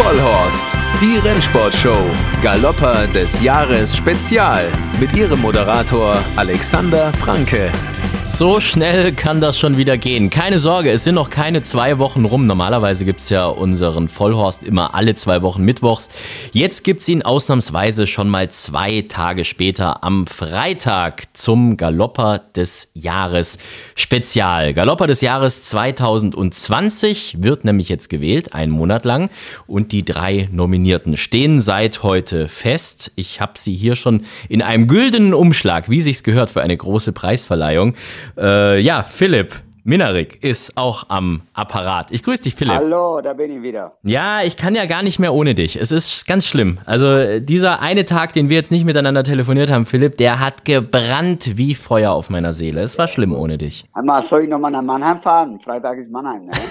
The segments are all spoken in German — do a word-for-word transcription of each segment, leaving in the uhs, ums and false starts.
Vollhorst, die Rennsportshow Galopper des Jahres Spezial mit ihrem Moderator Alexander Franke. So schnell kann das schon wieder gehen. Keine Sorge, es sind noch keine zwei Wochen rum. Normalerweise gibt es ja unseren Vollhorst immer alle zwei Wochen mittwochs. Jetzt gibt es ihn ausnahmsweise schon mal zwei Tage später am Freitag zum Galopper des Jahres Spezial. Galopper des Jahres zwanzig zwanzig wird nämlich jetzt gewählt, einen Monat lang. Und die drei Nominierten stehen seit heute fest. Ich habe sie hier schon in einem güldenen Umschlag, wie sich's gehört für eine große Preisverleihung. Äh, ja, Philipp Minarik ist auch am Apparat. Ich grüße dich, Philipp. Hallo, da bin ich wieder. Ja, ich kann ja gar nicht mehr ohne dich. Es ist ganz schlimm. Also dieser eine Tag, den wir jetzt nicht miteinander telefoniert haben, Philipp, der hat gebrannt wie Feuer auf meiner Seele. Es war schlimm ohne dich. Einmal soll ich nochmal nach Mannheim fahren? Freitag ist Mannheim, ne?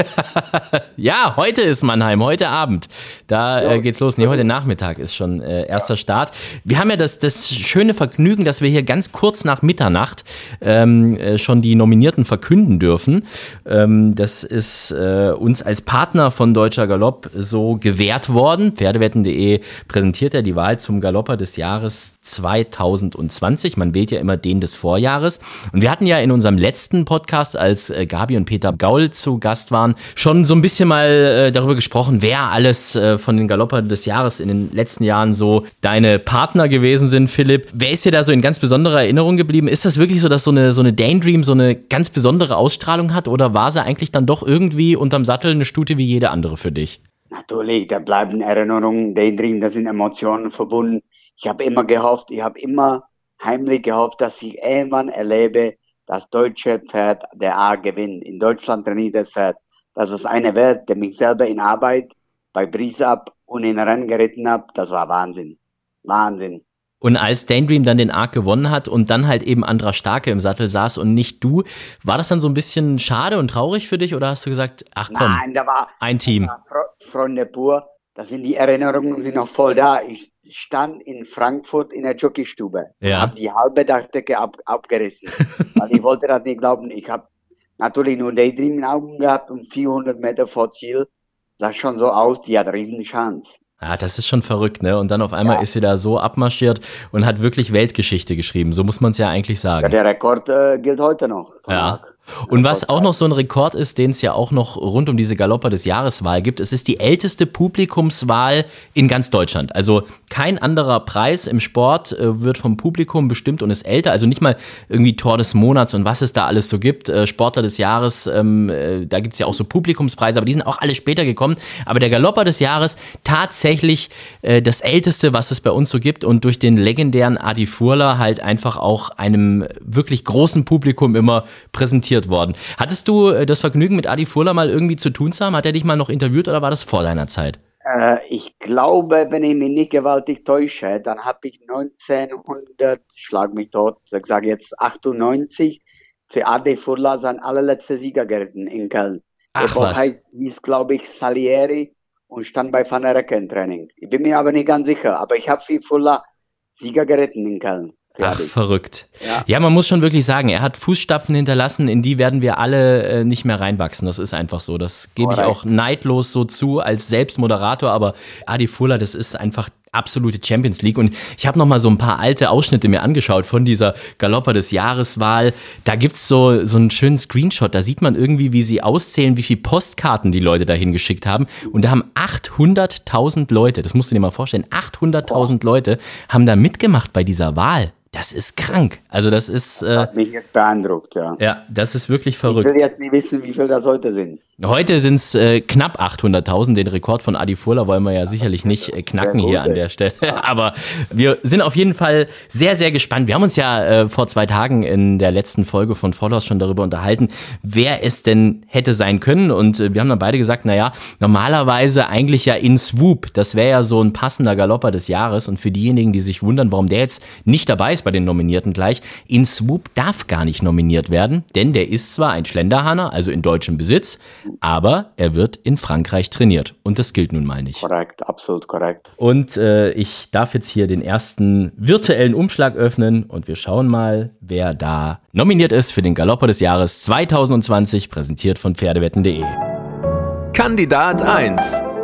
Ja, heute ist Mannheim, heute Abend. Da äh, geht's los. Nee, heute Nachmittag ist schon äh, erster Start. Wir haben ja das, das schöne Vergnügen, dass wir hier ganz kurz nach Mitternacht ähm, äh, schon die Nominierten verkünden dürfen. Ähm, das ist äh, uns als Partner von Deutscher Galopp so gewährt worden. Pferdewetten punkt de präsentiert ja die Wahl zum Galopper des Jahres zwanzig zwanzig. Man wählt ja immer den des Vorjahres. Und wir hatten ja in unserem letzten Podcast, als äh, Gabi und Peter Gaul zu Gast waren, schon so ein bisschen mal äh, darüber gesprochen, wer alles äh, von den Galopper des Jahres in den letzten Jahren so deine Partner gewesen sind, Philipp. Wer ist dir da so in ganz besonderer Erinnerung geblieben? Ist das wirklich so, dass so eine, so eine Daydream so eine ganz besondere Ausstrahlung hat, oder war sie eigentlich dann doch irgendwie unterm Sattel eine Stute wie jede andere für dich? Natürlich, da bleiben Erinnerungen, Daydream, da sind Emotionen verbunden. Ich habe immer gehofft, ich habe immer heimlich gehofft, dass ich irgendwann erlebe, das deutsche Pferd der A gewinnt. In Deutschland trainiert das Pferd. Das ist eine Welt, der mich selber in Arbeit bei Briesab und in Rennen geritten habe. Das war Wahnsinn. Wahnsinn. Und als Daydream dann den Arc gewonnen hat und dann halt eben Andra Starke im Sattel saß und nicht du, war das dann so ein bisschen schade und traurig für dich, oder hast du gesagt, ach komm, Nein, da war ein Team? Da war Freunde pur, das sind die Erinnerungen, sind noch voll da. Ich stand in Frankfurt in der Jockeystube, ja. Habe die halbe Dachdecke ab, abgerissen, weil ich wollte das nicht glauben. Ich habe natürlich nur Daydream in Augen gehabt und vierhundert Meter vor Ziel sah schon so aus, die hat riesen Chance. Ja, das ist schon verrückt, ne? Und dann auf einmal ja. ist sie da so abmarschiert und hat wirklich Weltgeschichte geschrieben. So muss man es ja eigentlich sagen. Ja, der Rekord äh, gilt heute noch. Ja. Und was auch noch so ein Rekord ist, den es ja auch noch rund um diese Galopper des Jahreswahl gibt, es ist die älteste Publikumswahl in ganz Deutschland. Also kein anderer Preis im Sport äh, wird vom Publikum bestimmt und ist älter. Also nicht mal irgendwie Tor des Monats und was es da alles so gibt. Äh, Sportler des Jahres, ähm, äh, da gibt es ja auch so Publikumspreise, aber die sind auch alle später gekommen. Aber der Galopper des Jahres tatsächlich äh, das älteste, was es bei uns so gibt, und durch den legendären Adi Furler halt einfach auch einem wirklich großen Publikum immer präsentiert worden. Hattest du das Vergnügen, mit Adi Furler mal irgendwie zu tun zu haben? Hat er dich mal noch interviewt oder war das vor deiner Zeit? Äh, ich glaube, wenn ich mich nicht gewaltig täusche, dann habe ich neunzehnhundert, schlag mich tot, ich sage jetzt achtundneunzig, für Adi Furler sein allerletzter Sieger geritten in Köln. Ach, der was? Heißt, hieß, glaube ich, Salieri und stand bei Van der Recke im Training. Ich bin mir aber nicht ganz sicher, aber ich habe für Furler Sieger geritten in Köln. Ach, verrückt. Ja. ja, man muss schon wirklich sagen, er hat Fußstapfen hinterlassen, in die werden wir alle äh, nicht mehr reinwachsen. Das ist einfach so. Das gebe ich auch neidlos so zu als Selbstmoderator. Aber Adi Furler, das ist einfach absolute Champions League. Und ich habe noch mal so ein paar alte Ausschnitte mir angeschaut von dieser Galopper des Jahreswahl. Da gibt's so so einen schönen Screenshot. Da sieht man irgendwie, wie sie auszählen, wie viele Postkarten die Leute dahin geschickt haben. Und da haben achthunderttausend Leute, das musst du dir mal vorstellen, achthunderttausend Leute haben da mitgemacht bei dieser Wahl. Das ist krank. Also das ist... Äh, hat mich jetzt beeindruckt, ja. Ja, das ist wirklich verrückt. Ich will jetzt nicht wissen, wie viel das heute sind. Heute sind es äh, knapp achthunderttausend. Den Rekord von Adi Furler wollen wir ja sicherlich nicht äh, knacken gut, hier an der Stelle. Aber wir sind auf jeden Fall sehr, sehr gespannt. Wir haben uns ja äh, vor zwei Tagen in der letzten Folge von Vollhorst schon darüber unterhalten, wer es denn hätte sein können. Und äh, wir haben dann beide gesagt, naja, normalerweise eigentlich ja in Swoop. Das wäre ja so ein passender Galopper des Jahres. Und für diejenigen, die sich wundern, warum der jetzt nicht dabei ist bei den Nominierten gleich, in Swoop darf gar nicht nominiert werden, denn der ist zwar ein Schlenderhahner, also in deutschem Besitz, aber er wird in Frankreich trainiert und das gilt nun mal nicht. Korrekt, absolut korrekt. Und äh, ich darf jetzt hier den ersten virtuellen Umschlag öffnen und wir schauen mal, wer da nominiert ist für den Galopper des Jahres zwanzig zwanzig, präsentiert von Pferdewetten punkt de. Kandidat eins.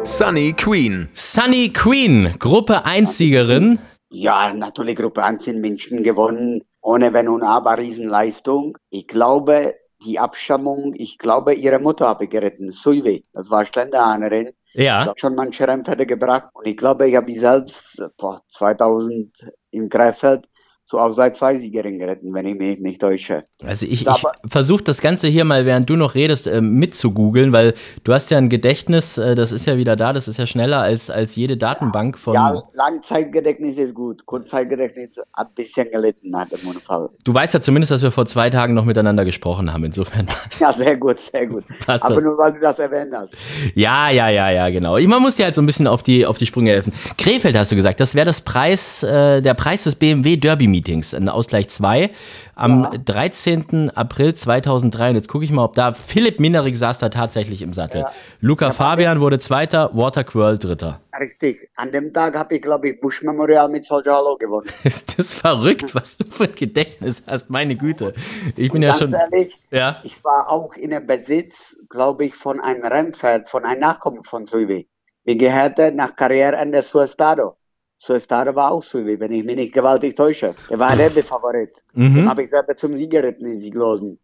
Sunny Queen. Sunny Queen, Gruppe eins-Siegerin. Ja, natürlich Gruppe eins in München gewonnen, ohne Wenn und Aber, Riesenleistung. Ich glaube, die Abstammung, ich glaube, ihre Mutter habe ich geritten, Suivi, das war Ständerhahnerin. Ja. Ich habe schon manche Rennpferde gebracht und ich glaube, ich habe die selbst vor zweitausend im Greifeld so auf Seite zwei Siegerin geritten, wenn ich mich nicht täusche. Also ich, ich versuche das Ganze hier mal, während du noch redest, äh, mitzugoogeln, weil du hast ja ein Gedächtnis, äh, das ist ja wieder da, das ist ja schneller als, als jede Datenbank von... Ja, Langzeitgedächtnis ist gut, Kurzzeitgedächtnis hat ein bisschen gelitten nach dem Unfall. Du weißt ja zumindest, dass wir vor zwei Tagen noch miteinander gesprochen haben, insofern passt. Ja, sehr gut, sehr gut. Passt Aber das. nur, weil du das erwähnt hast. Ja, ja, ja, ja, genau. Ich, man muss dir halt so ein bisschen auf die, auf die Sprünge helfen. Krefeld hast du gesagt, das wäre das Preis, äh, der Preis des B M W Derby Meetings, ein Ausgleich zwei, am ja. dreizehnten April zweitausenddrei. Und jetzt gucke ich mal, ob da Philipp Minerik saß da tatsächlich im Sattel. Ja. Luca ja, Fabian wurde Zweiter, Walter Quirl Dritter. Richtig. An dem Tag habe ich, glaube ich, Bush Memorial mit Soldier Hollow gewonnen. Ist das verrückt, was du für ein Gedächtnis hast? Meine Güte. Ich bin Und ja ganz schon... ehrlich, ja? ich war auch in der Besitz, glaube ich, von einem Rennpferd, von einem Nachkommen von Suivi. Wir gehörten nach Karriereende Suestado. Suestado war auch Suivi, wenn ich mich nicht gewaltig täusche. Er war der Favorit. Mhm. Den habe ich selber zum Sieg geritten in Sieglosen.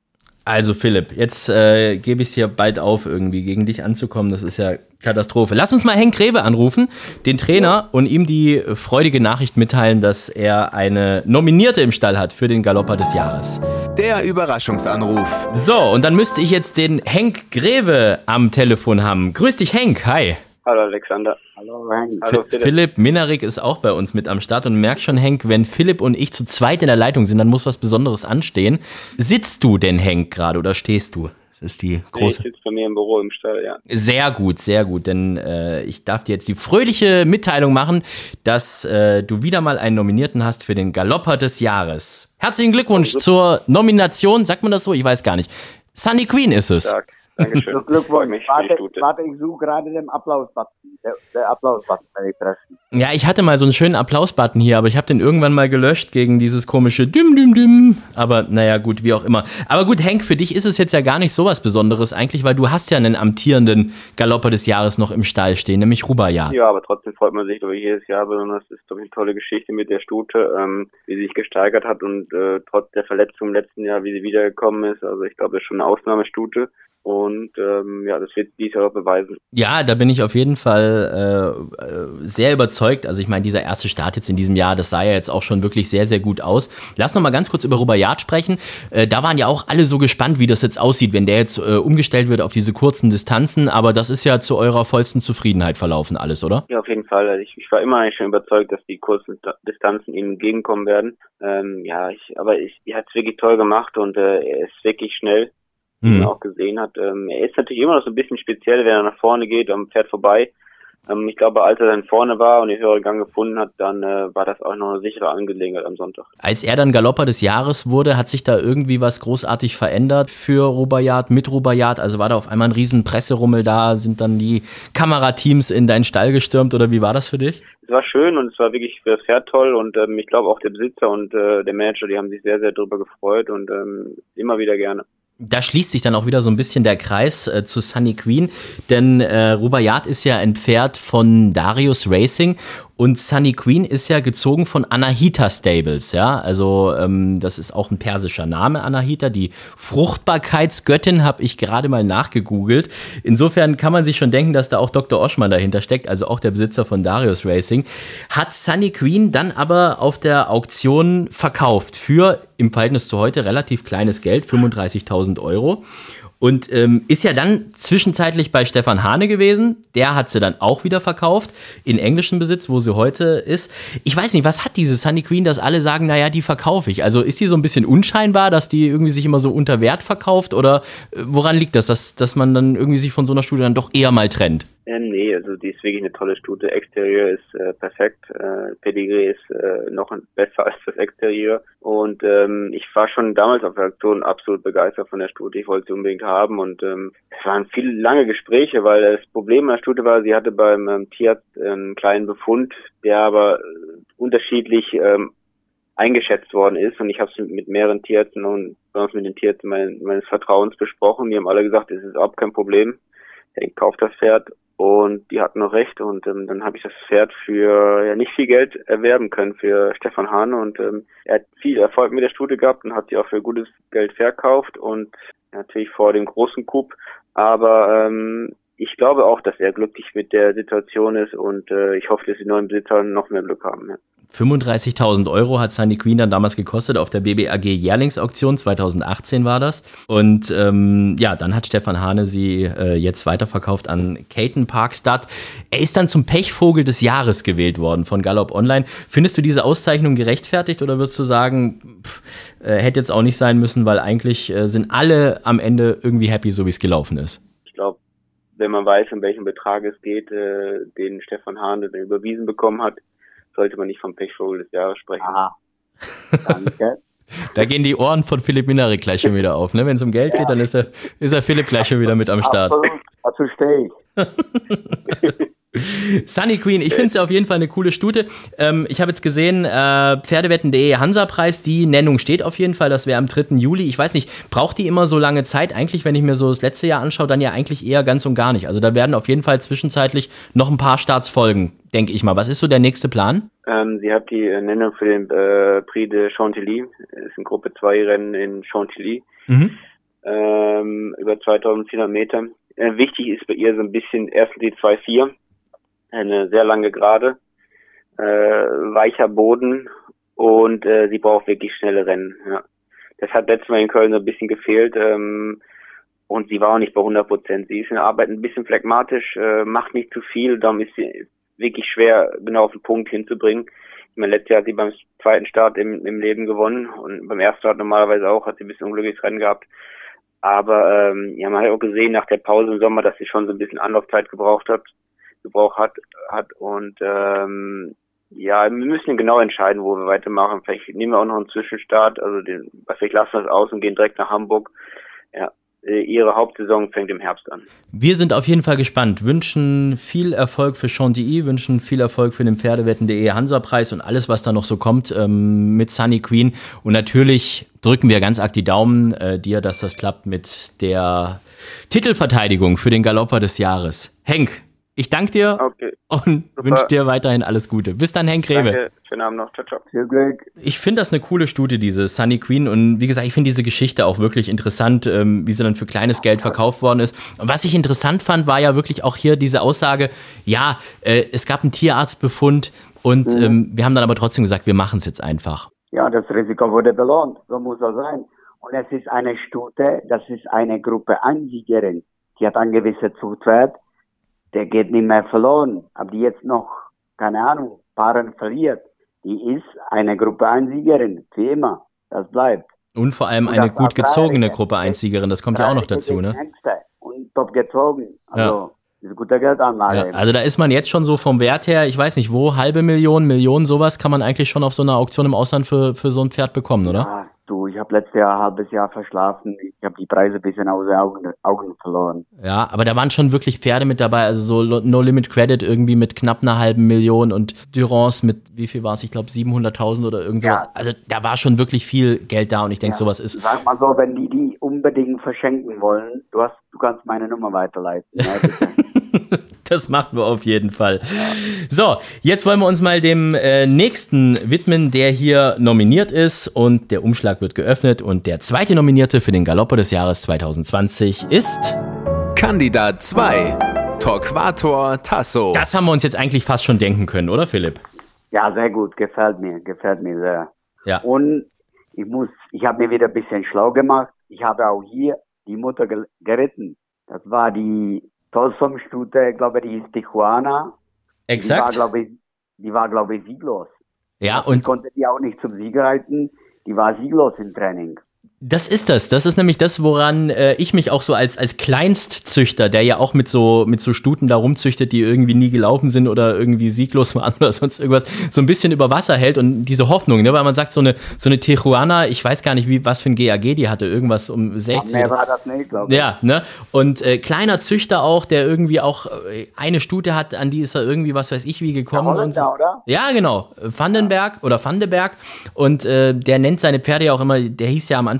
Also Philipp, jetzt äh, gebe ich es hier bald auf, irgendwie gegen dich anzukommen. Das ist ja Katastrophe. Lass uns mal Henk Greve anrufen, den Trainer, ja. und ihm die freudige Nachricht mitteilen, dass er eine Nominierte im Stall hat für den Galopper des Jahres. Der Überraschungsanruf. So, und dann müsste ich jetzt den Henk Greve am Telefon haben. Grüß dich, Henk. Hi. Hallo Alexander. Hallo Henk. Hallo Philipp. Philipp Minerik ist auch bei uns mit am Start und merk schon, Henk, wenn Philipp und ich zu zweit in der Leitung sind, dann muss was Besonderes anstehen. Sitzt du denn, Henk, gerade oder stehst du? Das ist die große... Nee, ich sitze bei mir im Büro im Stall, ja. Sehr gut, sehr gut, denn äh, ich darf dir jetzt die fröhliche Mitteilung machen, dass äh, du wieder mal einen Nominierten hast für den Galopper des Jahres. Herzlichen Glückwunsch oh, zur Nomination, sagt man das so? Ich weiß gar nicht. Sunny Queen ist es. Stark. Dankeschön. Glückwunsch. Warte, warte, ich suche gerade den Applaus-Button. Der, der Applaus-Button werde ich treffen. Ja, ich hatte mal so einen schönen Applaus-Button hier, aber ich habe den irgendwann mal gelöscht gegen dieses komische Düm, Düm, Düm. Aber naja, gut, wie auch immer. Aber gut, Henk, für dich ist es jetzt ja gar nicht so was Besonderes eigentlich, weil du hast ja einen amtierenden Galopper des Jahres noch im Stall stehen, nämlich Rubaiyat. Ja, aber trotzdem freut man sich, glaube ich, jedes Jahr besonders. Das ist, glaube ich, eine tolle Geschichte mit der Stute, ähm, wie sie sich gesteigert hat und äh, trotz der Verletzung im letzten Jahr, wie sie wiedergekommen ist. Also ich glaube, das ist schon eine Ausnahmestute. Und ähm, ja, das wird dies Jahr auch beweisen. Ja, da bin ich auf jeden Fall äh, sehr überzeugt. Also ich meine, dieser erste Start jetzt in diesem Jahr, das sah ja jetzt auch schon wirklich sehr, sehr gut aus. Lass noch mal ganz kurz über Rubaiyat sprechen. Äh, da waren ja auch alle so gespannt, wie das jetzt aussieht, wenn der jetzt äh, umgestellt wird auf diese kurzen Distanzen. Aber das ist ja zu eurer vollsten Zufriedenheit verlaufen alles, oder? Ja, auf jeden Fall. Also ich, ich war immer eigentlich schon überzeugt, dass die kurzen Distanzen ihnen entgegenkommen werden. Ähm, ja, ich, aber ich, er hat es wirklich toll gemacht und äh, er ist wirklich schnell. Wie man auch gesehen hat. Ähm, er ist natürlich immer noch so ein bisschen speziell, wenn er nach vorne geht, am Pferd vorbei. Ähm, ich glaube, als er dann vorne war und den höheren Gang gefunden hat, dann äh, war das auch noch eine sichere Angelegenheit am Sonntag. Als er dann Galopper des Jahres wurde, hat sich da irgendwie was großartig verändert für Rubaiyat, mit Rubaiyat? Also war da auf einmal ein riesen Presserummel da? Sind dann die Kamerateams in deinen Stall gestürmt oder wie war das für dich? Es war schön und es war wirklich für das Pferd toll und ähm, ich glaube auch der Besitzer und äh, der Manager, die haben sich sehr, sehr drüber gefreut und ähm, immer wieder gerne. Da schließt sich dann auch wieder so ein bisschen der Kreis äh, zu Sunny Queen, denn äh, Rubaiyat ist ja ein Pferd von Darius Racing und Sunny Queen ist ja gezogen von Anahita Stables, ja, also ähm, das ist auch ein persischer Name, Anahita, die Fruchtbarkeitsgöttin, habe ich gerade mal nachgegoogelt. Insofern kann man sich schon denken, dass da auch Doktor Oschmann dahinter steckt, also auch der Besitzer von Darius Racing, hat Sunny Queen dann aber auf der Auktion verkauft für im Verhältnis zu heute relativ kleines Geld, fünfunddreißigtausend Euro. Und ähm, ist ja dann zwischenzeitlich bei Stefan Hane gewesen. Der hat sie dann auch wieder verkauft, in englischem Besitz, wo sie heute ist. Ich weiß nicht, was hat diese Sunny Queen, dass alle sagen, naja, die verkaufe ich? Also ist die so ein bisschen unscheinbar, dass die irgendwie sich immer so unter Wert verkauft? Oder äh, woran liegt das, dass, dass man dann irgendwie sich von so einer Studie dann doch eher mal trennt? Äh, nee, also die ist wirklich eine tolle Stute. Exterieur ist äh, perfekt, äh, Pedigree ist äh, noch besser als das Exterieur. Und ähm, ich war schon damals auf der Aktion absolut begeistert von der Stute. Ich wollte sie unbedingt haben und ähm, es waren viele lange Gespräche, weil das Problem der Stute war, sie hatte beim ähm, Tierarzt einen kleinen Befund, der aber äh, unterschiedlich ähm, eingeschätzt worden ist. Und ich habe es mit, mit mehreren Tierärzten und besonders mit den Tierärzten mein, meines Vertrauens besprochen. Die haben alle gesagt, es ist überhaupt kein Problem. Ich kaufe das Pferd Und die hatten noch recht und ähm, dann habe ich das Pferd für ja nicht viel Geld erwerben können für Stefan Hahne und ähm, er hat viel Erfolg mit der Stute gehabt und hat sie auch für gutes Geld verkauft und natürlich vor dem großen Coup. Aber ähm, ich glaube auch, dass er glücklich mit der Situation ist und äh, ich hoffe, dass die neuen Besitzer noch mehr Glück haben. Ja. fünfunddreißigtausend Euro hat Sunny Queen dann damals gekostet auf der B B A G Jährlingsauktion, zweitausendachtzehn war das. Und ähm, ja, dann hat Stefan Hahne sie äh, jetzt weiterverkauft an Caton Park-Stud. Er ist dann zum Pechvogel des Jahres gewählt worden von Galopp Online. Findest du diese Auszeichnung gerechtfertigt oder würdest du sagen, pff, äh, hätte jetzt auch nicht sein müssen, weil eigentlich äh, sind alle am Ende irgendwie happy, so wie es gelaufen ist? Ich glaube, wenn man weiß, um welchen Betrag es geht, äh, den Stefan Hahne dann überwiesen bekommen hat, sollte man nicht vom Pechvogel des Jahres sprechen. Aha. Danke. Da gehen die Ohren von Philipp Minarek gleich schon wieder auf. Ne? Wenn es um Geld ja. geht, dann ist er, ist er Philipp gleich schon wieder mit am Start. Absolut, dazu stehe ich. Sunny Queen, ich finde es ja auf jeden Fall eine coole Stute. Ähm, ich habe jetzt gesehen, äh, Pferdewetten punkt de Hansa-Preis, die Nennung steht auf jeden Fall, das wäre am dritten Juli. Ich weiß nicht, braucht die immer so lange Zeit? Eigentlich, wenn ich mir so das letzte Jahr anschaue, dann ja eigentlich eher ganz und gar nicht. Also da werden auf jeden Fall zwischenzeitlich noch ein paar Starts folgen, denke ich mal. Was ist so der nächste Plan? Ähm, sie hat die Nennung für den äh, Prix de Chantilly, das ist ein Gruppe zwei Rennen in Chantilly, mhm. ähm, über zweitausendvierhundert Meter. Äh, wichtig ist bei ihr so ein bisschen erstens die zwei vier. Eine sehr lange Gerade, äh, weicher Boden und äh, sie braucht wirklich schnelle Rennen. Ja. Das hat letztes Mal in Köln so ein bisschen gefehlt ähm, und sie war auch nicht bei hundert Prozent. Sie ist in der Arbeit ein bisschen phlegmatisch, äh, macht nicht zu viel, darum ist sie wirklich schwer genau auf den Punkt hinzubringen. Ich meine, letztes Jahr hat sie beim zweiten Start im, im Leben gewonnen und beim ersten Start normalerweise auch, hat sie ein bisschen unglückliches Rennen gehabt. Aber ähm, ja, man hat auch gesehen nach der Pause im Sommer, dass sie schon so ein bisschen Anlaufzeit gebraucht hat. Gebrauch hat, hat und ähm, ja, wir müssen genau entscheiden, wo wir weitermachen. Vielleicht nehmen wir auch noch einen Zwischenstart, also den, vielleicht lassen wir es aus und gehen direkt nach Hamburg. Ja, ihre Hauptsaison fängt im Herbst an. Wir sind auf jeden Fall gespannt, wünschen viel Erfolg für Chantilly, wünschen viel Erfolg für den Pferdewetten punkt de Hansa-Preis und alles, was da noch so kommt ähm, mit Sunny Queen. Und natürlich drücken wir ganz arg die Daumen äh, dir, dass das klappt mit der Titelverteidigung für den Galopper des Jahres. Henk, ich danke dir okay. und wünsche dir weiterhin alles Gute. Bis dann, Henk Rewe. Danke, schönen Abend noch. Ciao, ciao. Ich finde das eine coole Stute, diese Sunny Queen. Und wie gesagt, ich finde diese Geschichte auch wirklich interessant, ähm, wie sie dann für kleines Geld verkauft worden ist. Und was ich interessant fand, war ja wirklich auch hier diese Aussage, ja, äh, es gab einen Tierarztbefund und mhm. ähm, wir haben dann aber trotzdem gesagt, wir machen es jetzt einfach. Ja, das Risiko wurde belohnt. So muss es sein. Und es ist eine Stute, das ist eine Gruppe Einsiegerin. Die hat einen gewissen Zugwert. Der geht nicht mehr verloren. Aber die jetzt noch, keine Ahnung, Paaren verliert, die ist eine Gruppe Einsiegerin, wie immer. Das bleibt. Und vor allem und eine gut gezogene Gruppe Einsiegerin, das kommt ja auch noch dazu, ne? Und top gezogen. Also, ja. Diese gute Geldanlage. Ja, also da ist man jetzt schon so vom Wert her, ich weiß nicht wo, halbe Million, Million, sowas kann man eigentlich schon auf so einer Auktion im Ausland für, für so ein Pferd bekommen, oder? Ja, du, ich habe letztes Jahr ein halbes Jahr verschlafen. Ich habe die Preise ein bisschen aus den Augen, Augen verloren. Ja, aber da waren schon wirklich Pferde mit dabei, also so No Limit Credit irgendwie mit knapp einer halben Million und Durance mit, wie viel war es, ich glaube siebenhunderttausend oder irgend sowas. Ja. Also da war schon wirklich viel Geld da und ich denke, ja. sowas ist... Sag mal so, wenn die die unbedingt verschenken wollen, du hast, du kannst meine Nummer weiterleiten. Ja, das machen wir auf jeden Fall. Ja. So, jetzt wollen wir uns mal dem äh, nächsten widmen, der hier nominiert ist und der Umschlag wird geöffnet und der zweite Nominierte für den Galopper des Jahres zwanzig zwanzig ist... Kandidat zwei, Torquator Tasso. Das haben wir uns jetzt eigentlich fast schon denken können, oder Philipp? Ja, sehr gut, gefällt mir, gefällt mir sehr. Ja. Und ich muss, ich habe mir wieder ein bisschen schlau gemacht. Ich habe auch hier die Mutter gel- geritten. Das war die Tolsom-Stute, ich glaube, die ist Tijuana. Exakt. Die war, glaube ich, die war, glaube ich, sieglos. Ja, und ich konnte die auch nicht zum Sieg reiten. Die war sieglos im Training. Das ist das. Das ist nämlich das, woran äh, ich mich auch so als als Kleinstzüchter, der ja auch mit so mit so Stuten da rumzüchtet, die irgendwie nie gelaufen sind oder irgendwie sieglos waren oder sonst irgendwas, so ein bisschen über Wasser hält und diese Hoffnung, ne, weil man sagt, so eine so eine Tijuana, ich weiß gar nicht, wie was für ein G A G die hatte, irgendwas um sechzig. Mehr war das nicht, glaube ich. Ja, ne? Und äh, kleiner Züchter auch, der irgendwie auch äh, eine Stute hat, an die ist er irgendwie, was weiß ich, wie gekommen. Der und so. Oder? Ja, genau. Vandenberg ja. oder Vandenberg. Und äh, der nennt seine Pferde ja auch immer, der hieß ja am Anfang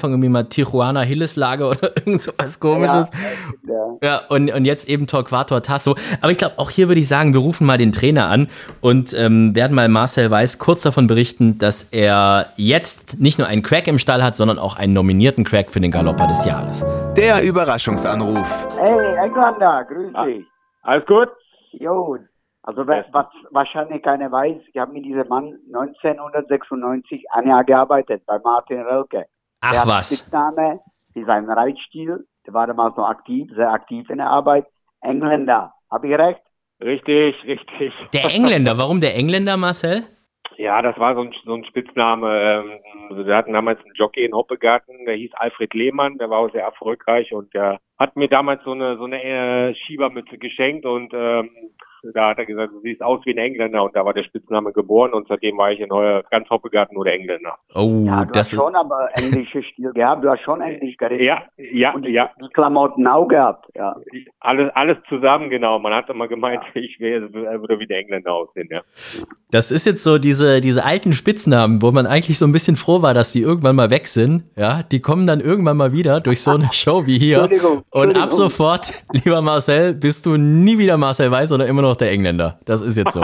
Anfang irgendwie mal Tijuana Hilleslage oder irgend so was Komisches. Ja, ja. ja und, und jetzt eben Torquato Tasso. Aber ich glaube, auch hier würde ich sagen, wir rufen mal den Trainer an und ähm, werden mal Marcel Weiß kurz davon berichten, dass er jetzt nicht nur einen Crack im Stall hat, sondern auch einen nominierten Crack für den Galopper des Jahres. Der Überraschungsanruf. Hey, Engländer, grüß dich. Alles gut? Jo, also was, was wahrscheinlich keiner weiß, ich habe mit diesem Mann neunzehnhundertsechsundneunzig ein Jahr gearbeitet bei Martin Rölke. Ach der was. Der Spitzname ist sein Reitstil, der war damals noch aktiv, sehr aktiv in der Arbeit. Engländer, habe ich recht? Richtig, richtig. Der Engländer, warum der Engländer, Marcel? Ja, das war so ein, so ein Spitzname. Ähm, wir hatten damals einen Jockey in Hoppegarten, der hieß Alfred Lehmann, der war auch sehr erfolgreich und der hat mir damals so eine so eine äh, Schiebermütze geschenkt und ähm, da hat er gesagt, du siehst aus wie ein Engländer und da war der Spitzname geboren und seitdem war ich in heuer ganz Hoppegarten nur der Engländer. Oh, ja, du das hast schon aber englische Stil gehabt, du hast schon Englisch geredet. Ja, ja, und die, ja. Die Klamotten auch gehabt, ja. Alles, alles zusammen, genau. Man hat immer gemeint, ja. ich wäre, würde wie der Engländer aussehen, ja. Das ist jetzt so diese, diese alten Spitznamen, wo man eigentlich so ein bisschen froh war, dass die irgendwann mal weg sind. Ja, die kommen dann irgendwann mal wieder durch so eine Show wie hier. Entschuldigung, Und Entschuldigung. ab sofort, lieber Marcel, bist du nie wieder Marcel Weiß oder immer noch der Engländer. Das ist jetzt so.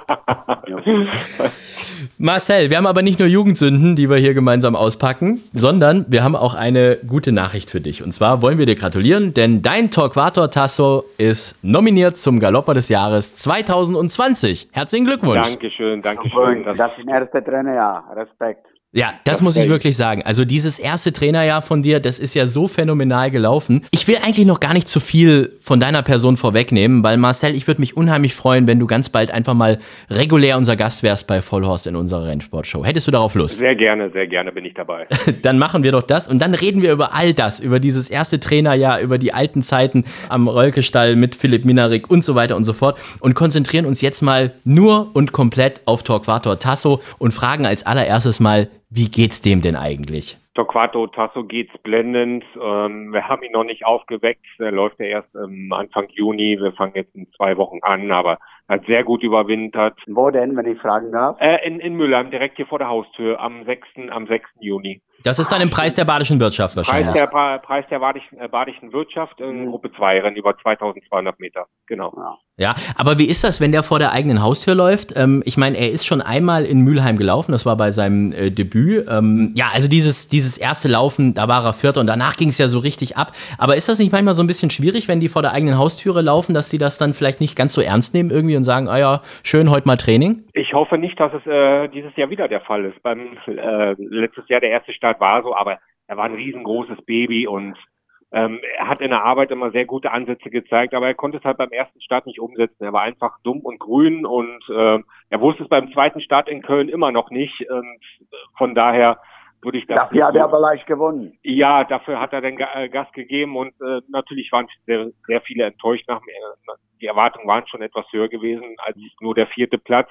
Marcel, wir haben aber nicht nur Jugendsünden, die wir hier gemeinsam auspacken, sondern wir haben auch eine gute Nachricht für dich. Und zwar wollen wir dir gratulieren, denn dein Torquato Tasso ist nominiert zum Galopper des Jahres zwanzig zwanzig. Herzlichen Glückwunsch. Dankeschön, Dankeschön. Das, das ist ein erster Trainerjahr, Respekt. Ja, das muss ich wirklich sagen. Also dieses erste Trainerjahr von dir, das ist ja so phänomenal gelaufen. Ich will eigentlich noch gar nicht zu viel von deiner Person vorwegnehmen, weil Marcel, ich würde mich unheimlich freuen, wenn du ganz bald einfach mal regulär unser Gast wärst bei Vollhorst in unserer Rennsportshow. Hättest du darauf Lust? Sehr gerne, sehr gerne bin ich dabei. Dann machen wir doch das und dann reden wir über all das, über dieses erste Trainerjahr, über die alten Zeiten am Rölke-Stall mit Philipp Minarik und so weiter und so fort und konzentrieren uns jetzt mal nur und komplett auf Torquato Tasso und fragen als allererstes mal, wie geht's dem denn eigentlich? Torquato Tasso geht's blendend. Ähm, wir haben ihn noch nicht aufgeweckt. Er läuft ja erst ähm, Anfang Juni. Wir fangen jetzt in zwei Wochen an, aber er hat sehr gut überwintert. Wo denn, wenn ich fragen darf? Äh, in, in Mülheim, direkt hier vor der Haustür, am sechsten am sechsten Juni. Das ist dann im Preis der Badischen Wirtschaft wahrscheinlich. Preis der, Preis der Badischen, äh, Badischen Wirtschaft in Gruppe zwei, Rennen über zweitausendzweihundert Meter. Genau. Ja. Ja, aber wie ist das, wenn der vor der eigenen Haustür läuft? Ähm, ich meine, er ist schon einmal in Mülheim gelaufen, das war bei seinem äh, Debüt. Ähm, ja, also dieses, dieses erste Laufen, da war er Vierter und danach ging es ja so richtig ab. Aber ist das nicht manchmal so ein bisschen schwierig, wenn die vor der eigenen Haustüre laufen, dass sie das dann vielleicht nicht ganz so ernst nehmen irgendwie und sagen, ah ja, schön, heute mal Training? Ich hoffe nicht, dass es äh, dieses Jahr wieder der Fall ist. Beim äh, letztes Jahr der erste Start war so, aber er war ein riesengroßes Baby und ähm, er hat in der Arbeit immer sehr gute Ansätze gezeigt, aber er konnte es halt beim ersten Start nicht umsetzen. Er war einfach dumm und grün und äh, er wusste es beim zweiten Start in Köln immer noch nicht. Und von daher würde ich das... Dafür hat er aber leicht gewonnen. Ja, dafür hat er den Ga- äh, Gas gegeben und äh, natürlich waren sehr, sehr viele enttäuscht. Nach, äh, die Erwartungen waren schon etwas höher gewesen als nur der vierte Platz.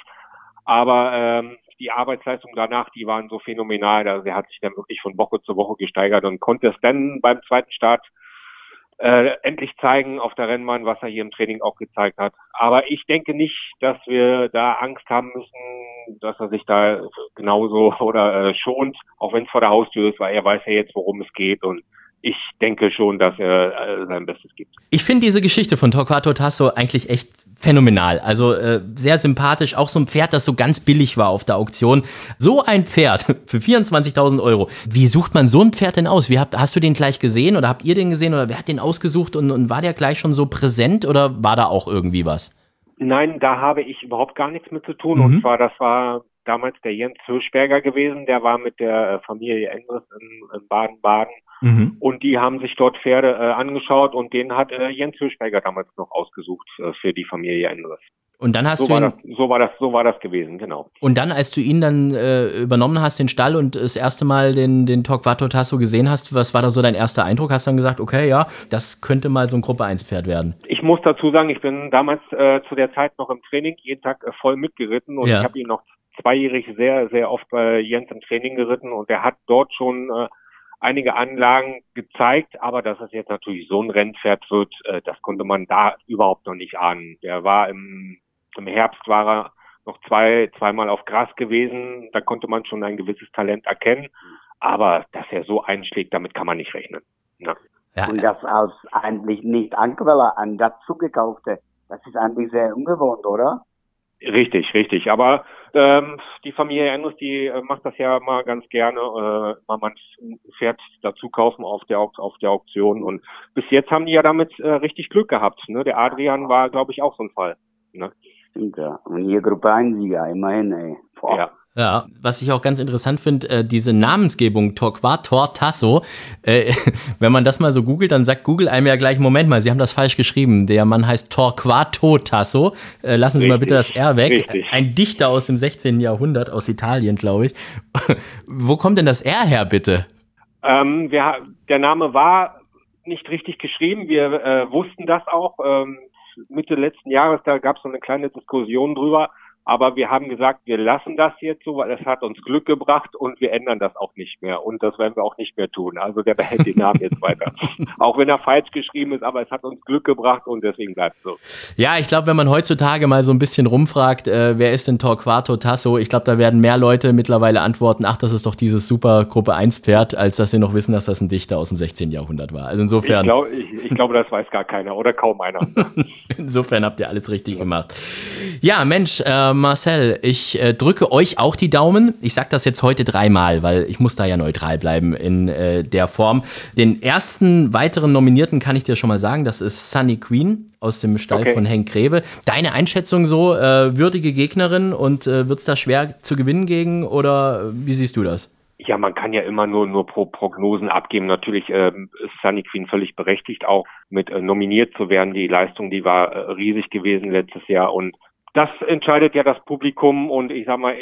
Aber ähm, die Arbeitsleistung danach, die waren so phänomenal. Also er hat sich dann wirklich von Woche zu Woche gesteigert und konnte es dann beim zweiten Start äh, endlich zeigen auf der Rennbahn, was er hier im Training auch gezeigt hat. Aber ich denke nicht, dass wir da Angst haben müssen, dass er sich da genauso oder äh, schont, auch wenn es vor der Haustür ist, weil er weiß ja jetzt, worum es geht und ich denke schon, dass er äh, sein Bestes gibt. Ich finde diese Geschichte von Torquato Tasso eigentlich echt phänomenal. Also äh, sehr sympathisch. Auch so ein Pferd, das so ganz billig war auf der Auktion. So ein Pferd für vierundzwanzigtausend Euro. Wie sucht man so ein Pferd denn aus? Wie habt, hast du den gleich gesehen oder habt ihr den gesehen oder wer hat den ausgesucht und, und war der gleich schon so präsent oder war da auch irgendwie was? Nein, da habe ich überhaupt gar nichts mit zu tun. Mhm. Und zwar, das war damals der Jens Hirschberger gewesen. Der war mit der Familie Endres in, in Baden-Baden. Mhm. Und die haben sich dort Pferde äh, angeschaut und den hat äh, Jens Hirschberger damals noch ausgesucht äh, für die Familie Endres. Und dann hast so du war ihn, das, so war das, so war das gewesen, genau. Und dann, als du ihn dann äh, übernommen hast, den Stall und das erste Mal den, den Torquato Tasso gesehen hast, was war da so dein erster Eindruck? Hast du dann gesagt, okay, ja, das könnte mal so ein Gruppe eins Pferd werden? Ich muss dazu sagen, ich bin damals äh, zu der Zeit noch im Training, jeden Tag äh, voll mitgeritten und ja. ich habe ihn noch zweijährig sehr, sehr oft bei Jens im Training geritten und er hat dort schon äh, einige Anlagen gezeigt, aber dass es jetzt natürlich so ein Rennpferd wird, äh, das konnte man da überhaupt noch nicht ahnen. Der war im, im Herbst war er noch zwei, zweimal auf Gras gewesen, da konnte man schon ein gewisses Talent erkennen, Aber dass er so einschlägt, damit kann man nicht rechnen. Ja. Ja, Und das als eigentlich nicht Anqueller an dazu gekaufte, das ist eigentlich sehr ungewohnt, oder? Richtig, richtig. Aber ähm, die Familie Endres, die äh, macht das ja mal ganz gerne, äh, mal man ein Pferd dazu kaufen auf der auf der Auktion. Und bis jetzt haben die ja damit äh, richtig Glück gehabt. Ne? Der Adrian war, glaube ich, auch so ein Fall. Ne? Stimmt, ja. Und hier Gruppe eins Sieger, immerhin, ey. Boah. Ja. Ja, was ich auch ganz interessant finde, äh, diese Namensgebung Torquato Tasso, äh, wenn man das mal so googelt, dann sagt Google einem ja gleich, Moment mal, Sie haben das falsch geschrieben. Der Mann heißt Torquato Tasso. Äh, lassen Sie Richtig, mal bitte das R weg. richtig. Ein Dichter aus dem sechzehnten Jahrhundert, aus Italien, glaube ich. Wo kommt denn das R her, bitte? Ähm, wir, der Name war nicht richtig geschrieben. Wir äh, wussten das auch. Ähm, Mitte letzten Jahres, da gab es so eine kleine Diskussion drüber. Aber wir haben gesagt, wir lassen das jetzt so, weil es hat uns Glück gebracht und wir ändern das auch nicht mehr. Und das werden wir auch nicht mehr tun. Also der behält den Namen jetzt weiter. Auch wenn er falsch geschrieben ist, aber es hat uns Glück gebracht und deswegen bleibt es so. Ja, ich glaube, wenn man heutzutage mal so ein bisschen rumfragt, äh, wer ist denn Torquato Tasso, ich glaube, da werden mehr Leute mittlerweile antworten, ach, das ist doch dieses super Gruppe eins Pferd, als dass sie noch wissen, dass das ein Dichter aus dem sechzehnten Jahrhundert war. Also insofern... Ich, glaub, ich, ich glaube, das weiß gar keiner oder kaum einer. Insofern habt ihr alles richtig gemacht. Ja, Mensch, äh, Marcel, ich äh, drücke euch auch die Daumen. Ich sage das jetzt heute dreimal, weil ich muss da ja neutral bleiben in äh, der Form. Den ersten weiteren Nominierten kann ich dir schon mal sagen, das ist Sunny Queen aus dem Stall Okay. von Henk Greve. Deine Einschätzung so, äh, würdige Gegnerin und äh, wird es da schwer zu gewinnen gegen oder wie siehst du das? Ja, man kann ja immer nur nur pro Prognosen abgeben. Natürlich ähm, ist Sunny Queen völlig berechtigt, auch mit äh, nominiert zu werden. Die Leistung, die war äh, riesig gewesen letztes Jahr und das entscheidet ja das Publikum und ich sag mal,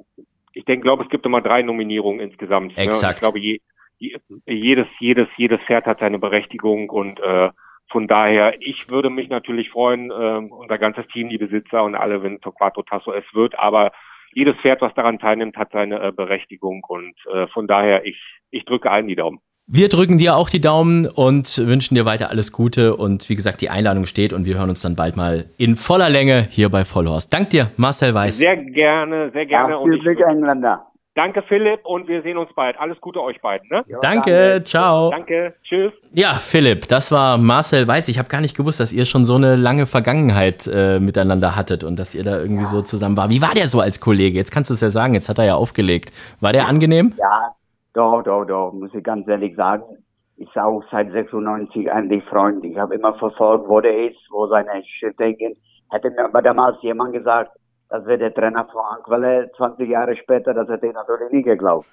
ich denke, glaube, es gibt immer drei Nominierungen insgesamt. Exakt. Ne? Und ich glaube, je, je, jedes, jedes, jedes Pferd hat seine Berechtigung und äh, von daher, ich würde mich natürlich freuen, äh, unser ganzes Team, die Besitzer und alle, wenn Torquato Tasso es wird, aber jedes Pferd, was daran teilnimmt, hat seine äh, Berechtigung und äh, von daher, ich, ich drücke allen die Daumen. Wir drücken dir auch die Daumen und wünschen dir weiter alles Gute. Und wie gesagt, die Einladung steht und wir hören uns dann bald mal in voller Länge hier bei Vollhorst. Dank dir, Marcel Weiß. Sehr gerne, sehr gerne. Ja, und viel ich, Glück, Engländer. danke, Philipp, und wir sehen uns bald. Alles Gute euch beiden. Ne? Ja, Danke, ciao. Danke, tschüss. Ja, Philipp, das war Marcel Weiß. Ich habe gar nicht gewusst, dass ihr schon so eine lange Vergangenheit äh, miteinander hattet und dass ihr da irgendwie so zusammen war. Wie war der so als Kollege? Jetzt kannst du es ja sagen, jetzt hat er ja aufgelegt. War der angenehm? Ja, doch, doch, doch, muss ich ganz ehrlich sagen. Ist auch seit sechsundneunzig eigentlich Freund. Ich habe immer verfolgt, wo der ist, wo seine Schritte gehen. Hätte mir aber damals jemand gesagt, das wäre der Trainer von Anqueller zwanzig Jahre später, das hätte ich natürlich nie geglaubt.